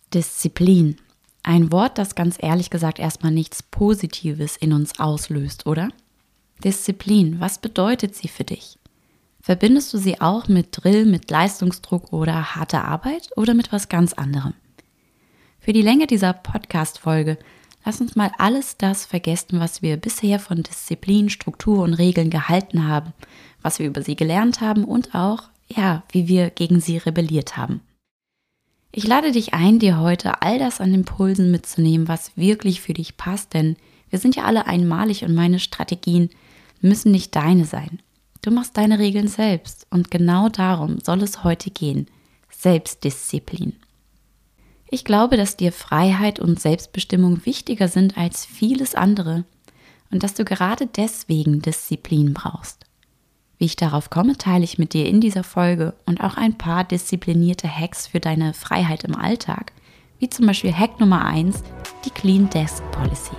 Disziplin. Ein Wort, das ganz ehrlich gesagt erstmal nichts Positives in uns auslöst, oder? Disziplin, was bedeutet sie für dich? Verbindest du sie auch mit Drill, mit Leistungsdruck oder harter Arbeit oder mit was ganz anderem? Für die Länge dieser Podcast-Folge lass uns mal alles das vergessen, was wir bisher von Disziplin, Struktur und Regeln gehalten haben, was wir über sie gelernt haben und auch, wie wir gegen sie rebelliert haben. Ich lade dich ein, dir heute all das an Impulsen mitzunehmen, was wirklich für dich passt, denn wir sind ja alle einmalig und meine Strategien müssen nicht deine sein. Du machst deine Regeln selbst und genau darum soll es heute gehen. Selbstdisziplin. Ich glaube, dass dir Freiheit und Selbstbestimmung wichtiger sind als vieles andere und dass du gerade deswegen Disziplin brauchst. Wie ich darauf komme, teile ich mit dir in dieser Folge und auch ein paar disziplinierte Hacks für deine Freiheit im Alltag, wie zum Beispiel Hack Nummer 1, die Clean Desk Policy.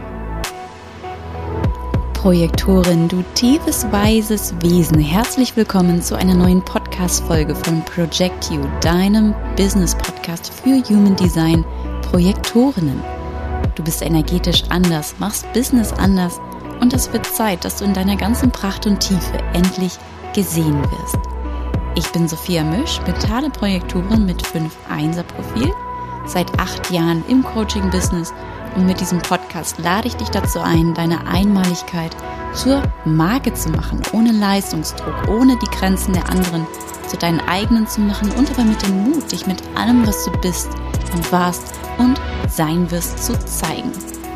Projektorin, du tiefes, weises Wesen, herzlich willkommen zu einer neuen Podcast-Folge von Project You, deinem Business-Podcast für Human Design Projektorinnen. Du bist energetisch anders, machst Business anders und es wird Zeit, dass du in deiner ganzen Pracht und Tiefe endlich gesehen wirst. Ich bin Sophia Misch, mentale Projektorin mit 5 Einser-Profil, seit 8 Jahren im Coaching-Business und mit diesem Podcast lade ich dich dazu ein, deine Einmaligkeit zur Marke zu machen, ohne Leistungsdruck, ohne die Grenzen der anderen zu deinen eigenen zu machen und aber mit dem Mut, dich mit allem, was du bist und warst und sein wirst, zu zeigen.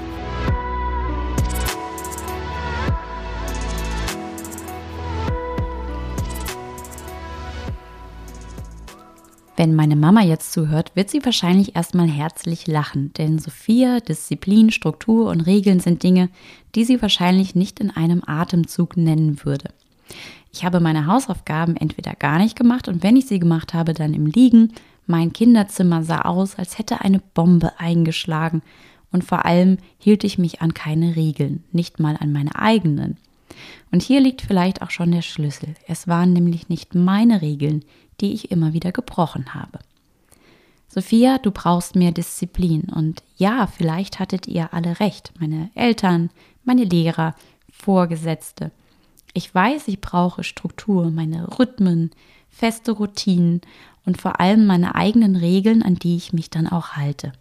Wenn meine Mama jetzt zuhört, wird sie wahrscheinlich erstmal herzlich lachen, denn Sophia, Disziplin, Struktur und Regeln sind Dinge, die sie wahrscheinlich nicht in einem Atemzug nennen würde. Ich habe meine Hausaufgaben entweder gar nicht gemacht und wenn ich sie gemacht habe, dann im Liegen. Mein Kinderzimmer sah aus, als hätte eine Bombe eingeschlagen und vor allem hielt ich mich an keine Regeln, nicht mal an meine eigenen. Und hier liegt vielleicht auch schon der Schlüssel. Es waren nämlich nicht meine Regeln, die ich immer wieder gebrochen habe. Sophia, du brauchst mehr Disziplin und ja, vielleicht hattet ihr alle recht, meine Eltern, meine Lehrer, Vorgesetzte. Ich weiß, ich brauche Struktur, meine Rhythmen, feste Routinen und vor allem meine eigenen Regeln, an die ich mich dann auch halte.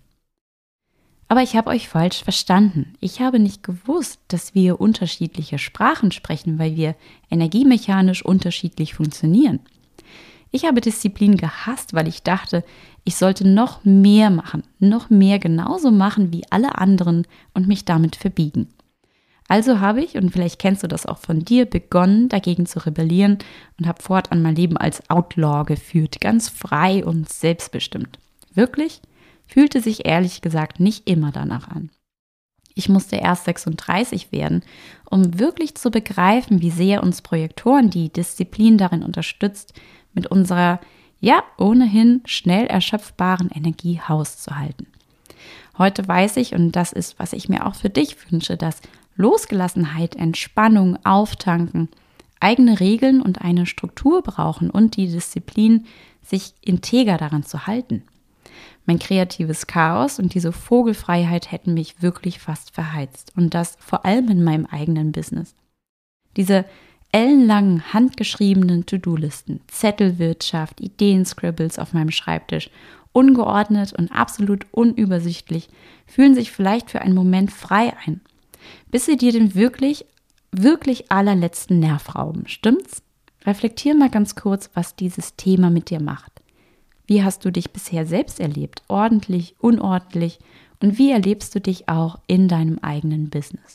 Aber ich habe euch falsch verstanden. Ich habe nicht gewusst, dass wir unterschiedliche Sprachen sprechen, weil wir energiemechanisch unterschiedlich funktionieren. Ich habe Disziplin gehasst, weil ich dachte, ich sollte noch mehr machen, noch mehr genauso machen wie alle anderen und mich damit verbiegen. Also habe ich, und vielleicht kennst du das auch von dir, begonnen, dagegen zu rebellieren und habe fortan mein Leben als Outlaw geführt, ganz frei und selbstbestimmt. Wirklich? Fühlte sich ehrlich gesagt nicht immer danach an. Ich musste erst 36 werden, um wirklich zu begreifen, wie sehr uns Projektoren die Disziplin darin unterstützt, mit unserer, ohnehin schnell erschöpfbaren Energie Haus zu halten. Heute weiß ich, und das ist, was ich mir auch für dich wünsche, dass Losgelassenheit, Entspannung, Auftanken, eigene Regeln und eine Struktur brauchen und die Disziplin, sich integer daran zu halten. Mein kreatives Chaos und diese Vogelfreiheit hätten mich wirklich fast verheizt und das vor allem in meinem eigenen Business. Diese ellenlangen, handgeschriebenen To-Do-Listen, Zettelwirtschaft, Ideenscribbles auf meinem Schreibtisch, ungeordnet und absolut unübersichtlich, fühlen sich vielleicht für einen Moment frei ein, bis sie dir den wirklich, wirklich allerletzten Nerv rauben. Stimmt's? Reflektier mal ganz kurz, was dieses Thema mit dir macht. Wie hast du dich bisher selbst erlebt? Ordentlich, unordentlich? Und wie erlebst du dich auch in deinem eigenen Business?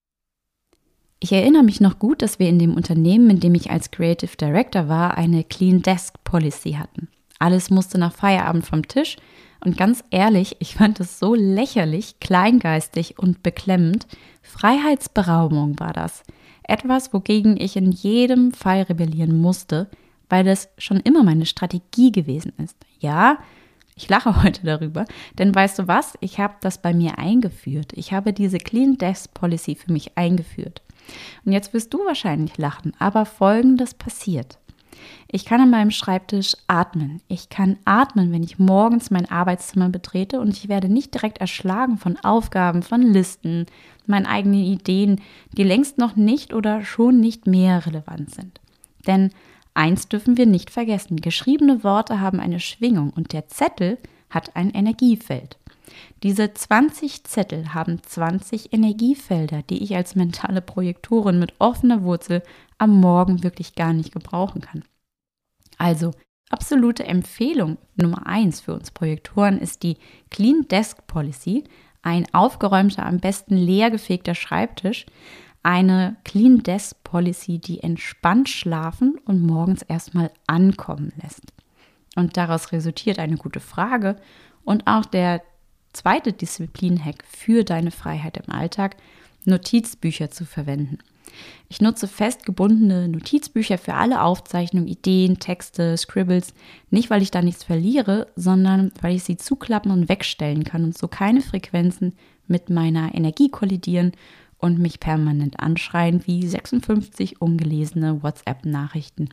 Ich erinnere mich noch gut, dass wir in dem Unternehmen, in dem ich als Creative Director war, eine Clean Desk Policy hatten. Alles musste nach Feierabend vom Tisch und ganz ehrlich, ich fand es so lächerlich, kleingeistig und beklemmend. Freiheitsberaubung war das. Etwas, wogegen ich in jedem Fall rebellieren musste, weil das schon immer meine Strategie gewesen ist. Ja, ich lache heute darüber, denn weißt du was? Ich habe das bei mir eingeführt. Ich habe diese Clean Desk Policy für mich eingeführt. Und jetzt wirst du wahrscheinlich lachen, aber Folgendes passiert. Ich kann an meinem Schreibtisch atmen. Ich kann atmen, wenn ich morgens mein Arbeitszimmer betrete und ich werde nicht direkt erschlagen von Aufgaben, von Listen, meinen eigenen Ideen, die längst noch nicht oder schon nicht mehr relevant sind. Denn eins dürfen wir nicht vergessen: Geschriebene Worte haben eine Schwingung und der Zettel hat ein Energiefeld. Diese 20 Zettel haben 20 Energiefelder, die ich als mentale Projektorin mit offener Wurzel am Morgen wirklich gar nicht gebrauchen kann. Also, absolute Empfehlung Nummer 1 für uns Projektoren ist die Clean Desk Policy, ein aufgeräumter, am besten leer gefegter Schreibtisch, eine Clean Desk Policy, die entspannt schlafen und morgens erstmal ankommen lässt. Und daraus resultiert eine gute Frage und auch der zweite Disziplin-Hack für deine Freiheit im Alltag: Notizbücher zu verwenden. Ich nutze fest gebundene Notizbücher für alle Aufzeichnungen, Ideen, Texte, Scribbles, nicht weil ich da nichts verliere, sondern weil ich sie zuklappen und wegstellen kann und so keine Frequenzen mit meiner Energie kollidieren und mich permanent anschreien wie 56 ungelesene WhatsApp-Nachrichten.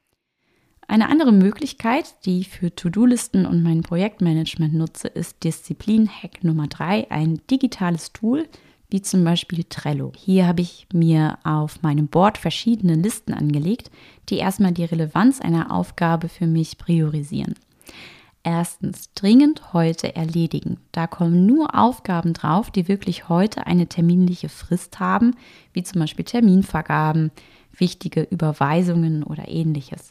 Eine andere Möglichkeit, die ich für To-Do-Listen und mein Projektmanagement nutze, ist Disziplin-Hack Nummer 3, ein digitales Tool, wie zum Beispiel Trello. Hier habe ich mir auf meinem Board verschiedene Listen angelegt, die erstmal die Relevanz einer Aufgabe für mich priorisieren. Erstens, dringend heute erledigen. Da kommen nur Aufgaben drauf, die wirklich heute eine terminliche Frist haben, wie zum Beispiel Terminvergaben, wichtige Überweisungen oder ähnliches.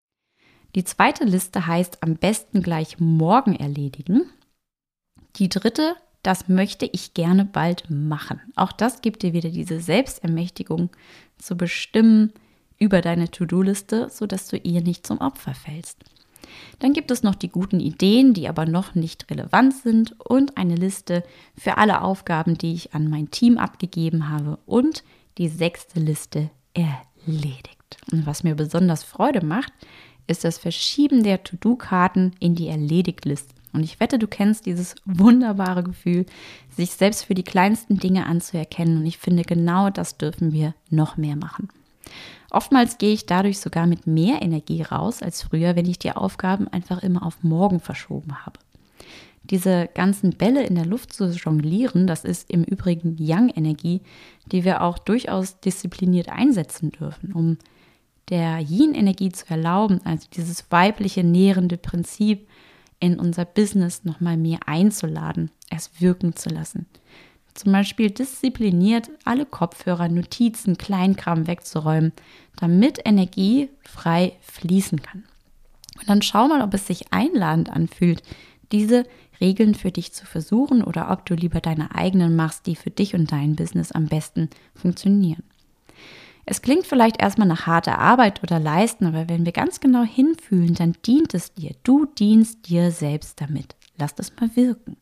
Die zweite Liste heißt am besten gleich morgen erledigen. Die dritte: Das möchte ich gerne bald machen. Auch das gibt dir wieder diese Selbstermächtigung zu bestimmen über deine To-Do-Liste, sodass du ihr nicht zum Opfer fällst. Dann gibt es noch die guten Ideen, die aber noch nicht relevant sind, und eine Liste für alle Aufgaben, die ich an mein Team abgegeben habe, und die 6. Liste: erledigt. Und was mir besonders Freude macht, ist das Verschieben der To-Do-Karten in die Erledigt-Liste. Und ich wette, du kennst dieses wunderbare Gefühl, sich selbst für die kleinsten Dinge anzuerkennen. Und ich finde, genau das dürfen wir noch mehr machen. Oftmals gehe ich dadurch sogar mit mehr Energie raus als früher, wenn ich die Aufgaben einfach immer auf morgen verschoben habe. Diese ganzen Bälle in der Luft zu jonglieren, das ist im Übrigen Yang-Energie, die wir auch durchaus diszipliniert einsetzen dürfen, um der Yin-Energie zu erlauben, also dieses weibliche, nährende Prinzip in unser Business nochmal mehr einzuladen, es wirken zu lassen. Zum Beispiel diszipliniert alle Kopfhörer, Notizen, Kleinkram wegzuräumen, damit Energie frei fließen kann. Und dann schau mal, ob es sich einladend anfühlt, diese Regeln für dich zu versuchen oder ob du lieber deine eigenen machst, die für dich und dein Business am besten funktionieren. Es klingt vielleicht erstmal nach harter Arbeit oder Leisten, aber wenn wir ganz genau hinfühlen, dann dient es dir. Du dienst dir selbst damit. Lass das mal wirken.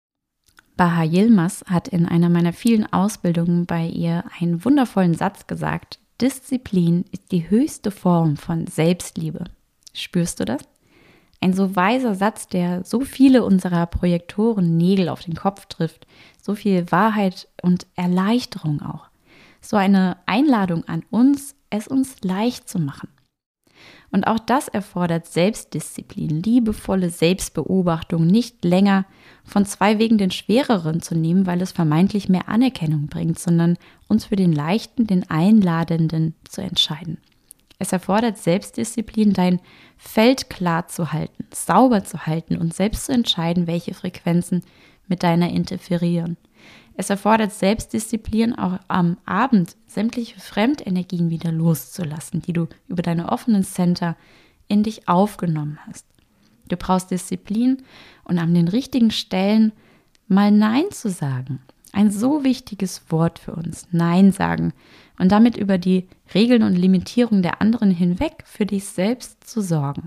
Baha Yilmaz hat in einer meiner vielen Ausbildungen bei ihr einen wundervollen Satz gesagt: Disziplin ist die höchste Form von Selbstliebe. Spürst du das? Ein so weiser Satz, der so viele unserer Projektoren Nägel auf den Kopf trifft. So viel Wahrheit und Erleichterung auch. So eine Einladung an uns, es uns leicht zu machen. Und auch das erfordert Selbstdisziplin, liebevolle Selbstbeobachtung, nicht länger von 2 Wegen den schwereren zu nehmen, weil es vermeintlich mehr Anerkennung bringt, sondern uns für den leichten, den einladenden zu entscheiden. Es erfordert Selbstdisziplin, dein Feld klar zu halten, sauber zu halten und selbst zu entscheiden, welche Frequenzen mit deiner interferieren. Es erfordert Selbstdisziplin, auch am Abend sämtliche Fremdenergien wieder loszulassen, die du über deine offenen Center in dich aufgenommen hast. Du brauchst Disziplin und an den richtigen Stellen mal Nein zu sagen. Ein so wichtiges Wort für uns, Nein sagen, und damit über die Regeln und Limitierungen der anderen hinweg für dich selbst zu sorgen.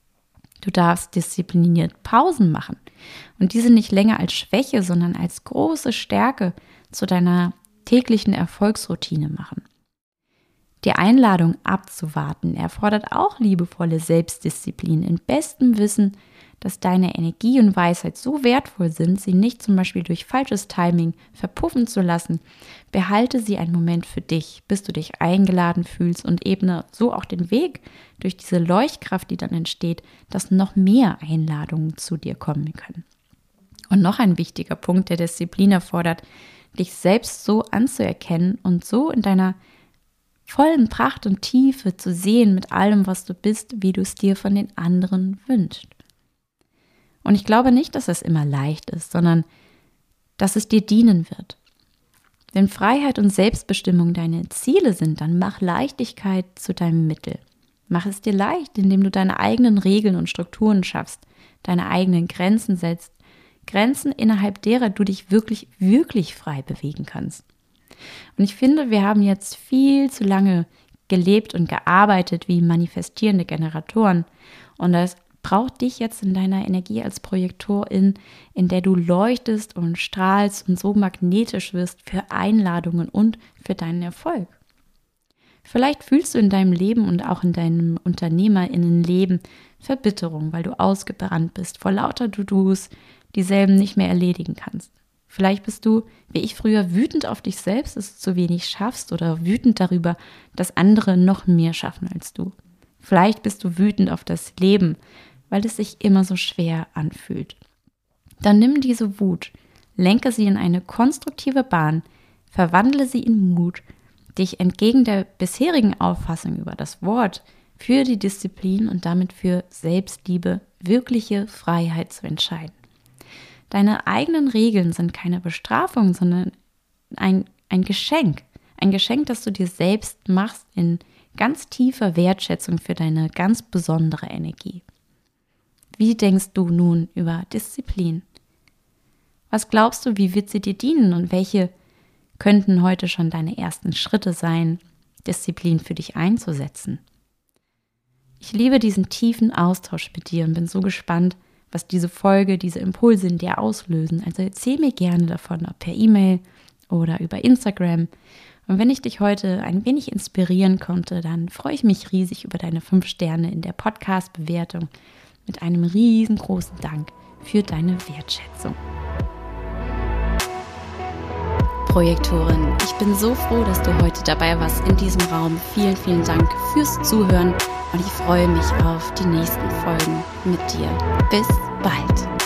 Du darfst diszipliniert Pausen machen und diese nicht länger als Schwäche, sondern als große Stärke zu deiner täglichen Erfolgsroutine machen. Die Einladung abzuwarten erfordert auch liebevolle Selbstdisziplin in bestem Wissen, dass deine Energie und Weisheit so wertvoll sind, sie nicht zum Beispiel durch falsches Timing verpuffen zu lassen. Behalte sie einen Moment für dich, bis du dich eingeladen fühlst und ebne so auch den Weg durch diese Leuchtkraft, die dann entsteht, dass noch mehr Einladungen zu dir kommen können. Und noch ein wichtiger Punkt der Disziplin erfordert, dich selbst so anzuerkennen und so in deiner vollen Pracht und Tiefe zu sehen mit allem, was du bist, wie du es dir von den anderen wünschst. Und ich glaube nicht, dass es immer leicht ist, sondern dass es dir dienen wird. Wenn Freiheit und Selbstbestimmung deine Ziele sind, dann mach Leichtigkeit zu deinem Mittel. Mach es dir leicht, indem du deine eigenen Regeln und Strukturen schaffst, deine eigenen Grenzen setzt, Grenzen, innerhalb derer du dich wirklich, wirklich frei bewegen kannst. Und ich finde, wir haben jetzt viel zu lange gelebt und gearbeitet wie manifestierende Generatoren. Und das braucht dich jetzt in deiner Energie als Projektorin, in der du leuchtest und strahlst und so magnetisch wirst für Einladungen und für deinen Erfolg. Vielleicht fühlst du in deinem Leben und auch in deinem UnternehmerInnenleben Verbitterung, weil du ausgebrannt bist vor lauter To-Dos, dieselben nicht mehr erledigen kannst. Vielleicht bist du, wie ich früher, wütend auf dich selbst, dass du zu wenig schaffst oder wütend darüber, dass andere noch mehr schaffen als du. Vielleicht bist du wütend auf das Leben, weil es sich immer so schwer anfühlt. Dann nimm diese Wut, lenke sie in eine konstruktive Bahn, verwandle sie in Mut, dich entgegen der bisherigen Auffassung über das Wort für die Disziplin und damit für Selbstliebe, wirkliche Freiheit zu entscheiden. Deine eigenen Regeln sind keine Bestrafung, sondern ein Geschenk. Ein Geschenk, das du dir selbst machst in ganz tiefer Wertschätzung für deine ganz besondere Energie. Wie denkst du nun über Disziplin? Was glaubst du, wie wird sie dir dienen und welche könnten heute schon deine ersten Schritte sein, Disziplin für dich einzusetzen? Ich liebe diesen tiefen Austausch mit dir und bin so gespannt, was diese Folge, diese Impulse in dir auslösen. Also erzähl mir gerne davon, ob per E-Mail oder über Instagram. Und wenn ich dich heute ein wenig inspirieren konnte, dann freue ich mich riesig über deine 5 Sterne in der Podcast-Bewertung mit einem riesengroßen Dank für deine Wertschätzung. Projektorin, ich bin so froh, dass du heute dabei warst in diesem Raum. Vielen, vielen Dank fürs Zuhören und ich freue mich auf die nächsten Folgen mit dir. Bis bald!